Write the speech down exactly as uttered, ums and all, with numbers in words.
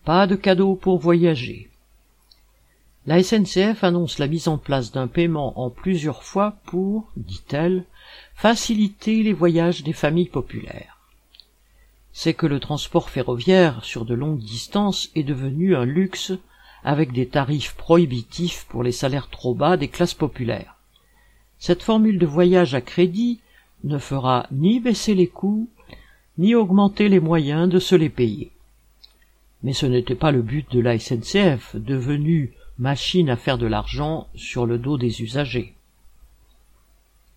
Pas de cadeau pour voyager. La S N C F annonce la mise en place d'un paiement en plusieurs fois pour, dit-elle, faciliter les voyages des familles populaires. C'est que le transport ferroviaire sur de longues distances est devenu un luxe avec des tarifs prohibitifs pour les salaires trop bas des classes populaires. Cette formule de voyage à crédit ne fera ni baisser les coûts, ni augmenter les moyens de se les payer. Mais ce n'était pas le but de la S N C F, devenue machine à faire de l'argent sur le dos des usagers.